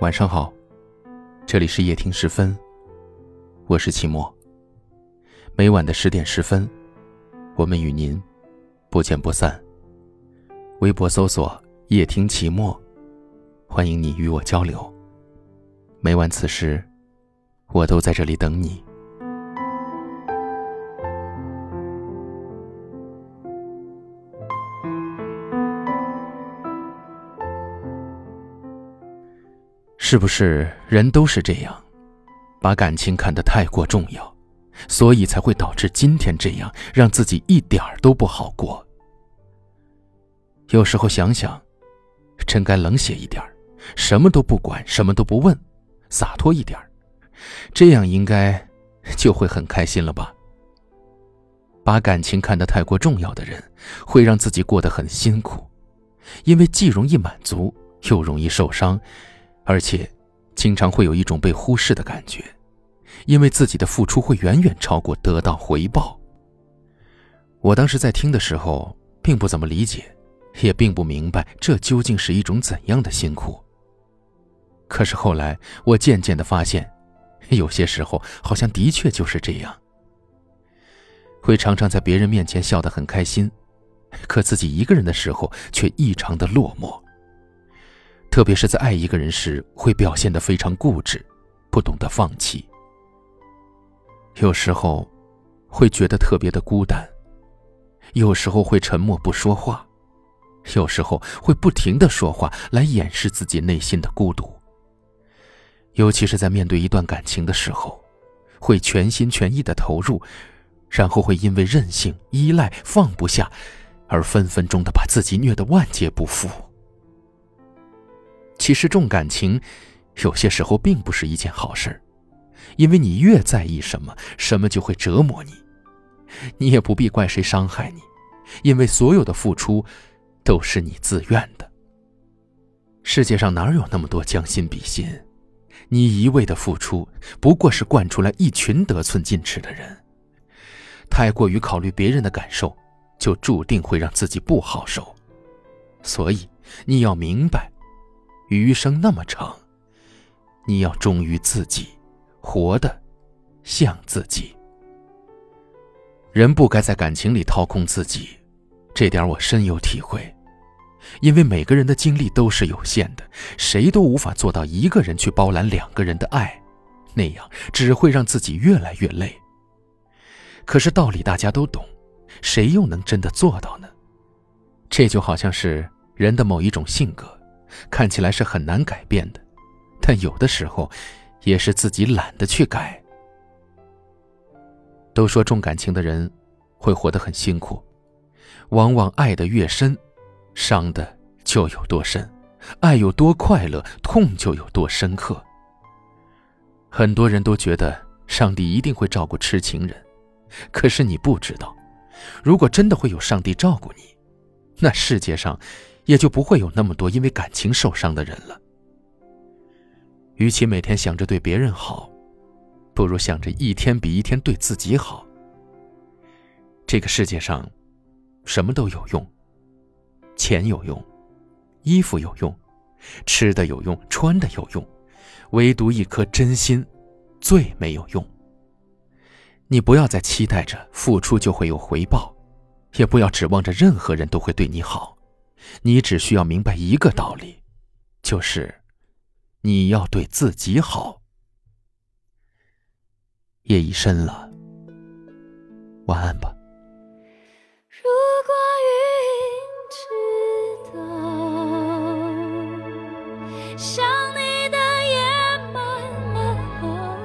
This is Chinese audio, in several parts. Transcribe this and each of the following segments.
晚上好，这里是夜听10分，我是齐墨。每晚的10点10分，我们与您不见不散。微博搜索夜听齐墨，欢迎你与我交流。每晚此时，我都在这里等你。是不是人都是这样，把感情看得太过重要，所以才会导致今天这样，让自己一点儿都不好过。有时候想想，真该冷血一点，什么都不管，什么都不问，洒脱一点，这样应该就会很开心了吧。把感情看得太过重要的人，会让自己过得很辛苦，因为既容易满足，又容易受伤，而且经常会有一种被忽视的感觉，因为自己的付出会远远超过得到回报。我当时在听的时候并不怎么理解，也并不明白这究竟是一种怎样的辛苦。可是后来我渐渐地发现，有些时候好像的确就是这样，会常常在别人面前笑得很开心，可自己一个人的时候却异常的落寞。特别是在爱一个人时，会表现得非常固执，不懂得放弃。有时候会觉得特别的孤单，有时候会沉默不说话，有时候会不停地说话来掩饰自己内心的孤独。尤其是在面对一段感情的时候，会全心全意地投入，然后会因为任性、依赖、放不下，而分分钟地把自己虐得万劫不复。其实重感情有些时候并不是一件好事，因为你越在意什么，什么就会折磨你。你也不必怪谁伤害你，因为所有的付出都是你自愿的。世界上哪有那么多将心比心？你一味的付出，不过是惯出来一群得寸进尺的人。太过于考虑别人的感受，就注定会让自己不好受。所以你要明白，余生那么长，你要忠于自己，活得像自己。人不该在感情里掏空自己，这点我深有体会。因为每个人的精力都是有限的，谁都无法做到一个人去包揽2个人的爱，那样只会让自己越来越累。可是道理大家都懂，谁又能真的做到呢？这就好像是人的某一种性格，看起来是很难改变的，但有的时候也是自己懒得去改。都说重感情的人会活得很辛苦，往往爱得越深，伤的就有多深，爱有多快乐，痛就有多深刻。很多人都觉得上帝一定会照顾痴情人，可是你不知道，如果真的会有上帝照顾你，那世界上也就不会有那么多因为感情受伤的人了。与其每天想着对别人好，不如想着一天比一天对自己好。这个世界上什么都有用，钱有用，衣服有用，吃的有用，穿的有用，唯独一颗真心最没有用。你不要再期待着付出就会有回报，也不要指望着任何人都会对你好。你只需要明白一个道理，就是你要对自己好。夜已深了，晚安吧。 如果云知道想你的夜漫漫，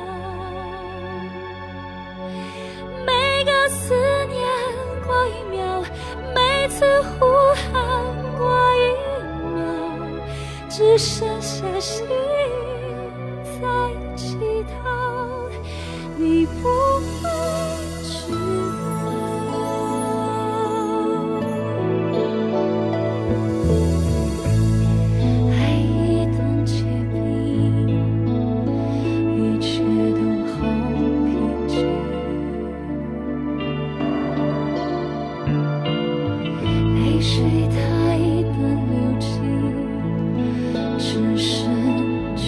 每个思念过1秒，每次呼喊过1秒，只剩下心在乞讨，你不会知道。爱一旦结冰，一切都好平静。泪水它一旦流尽，只剩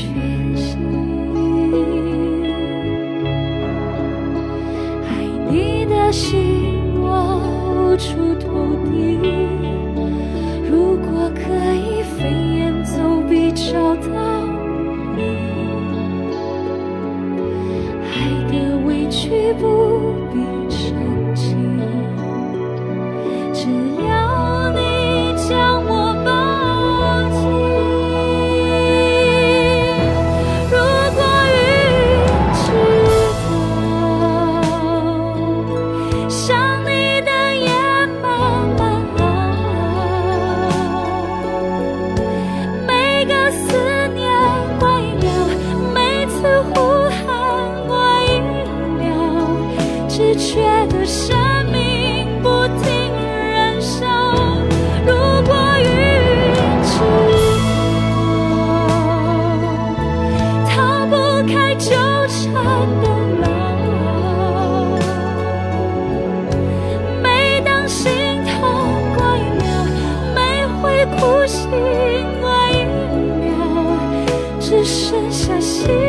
下心。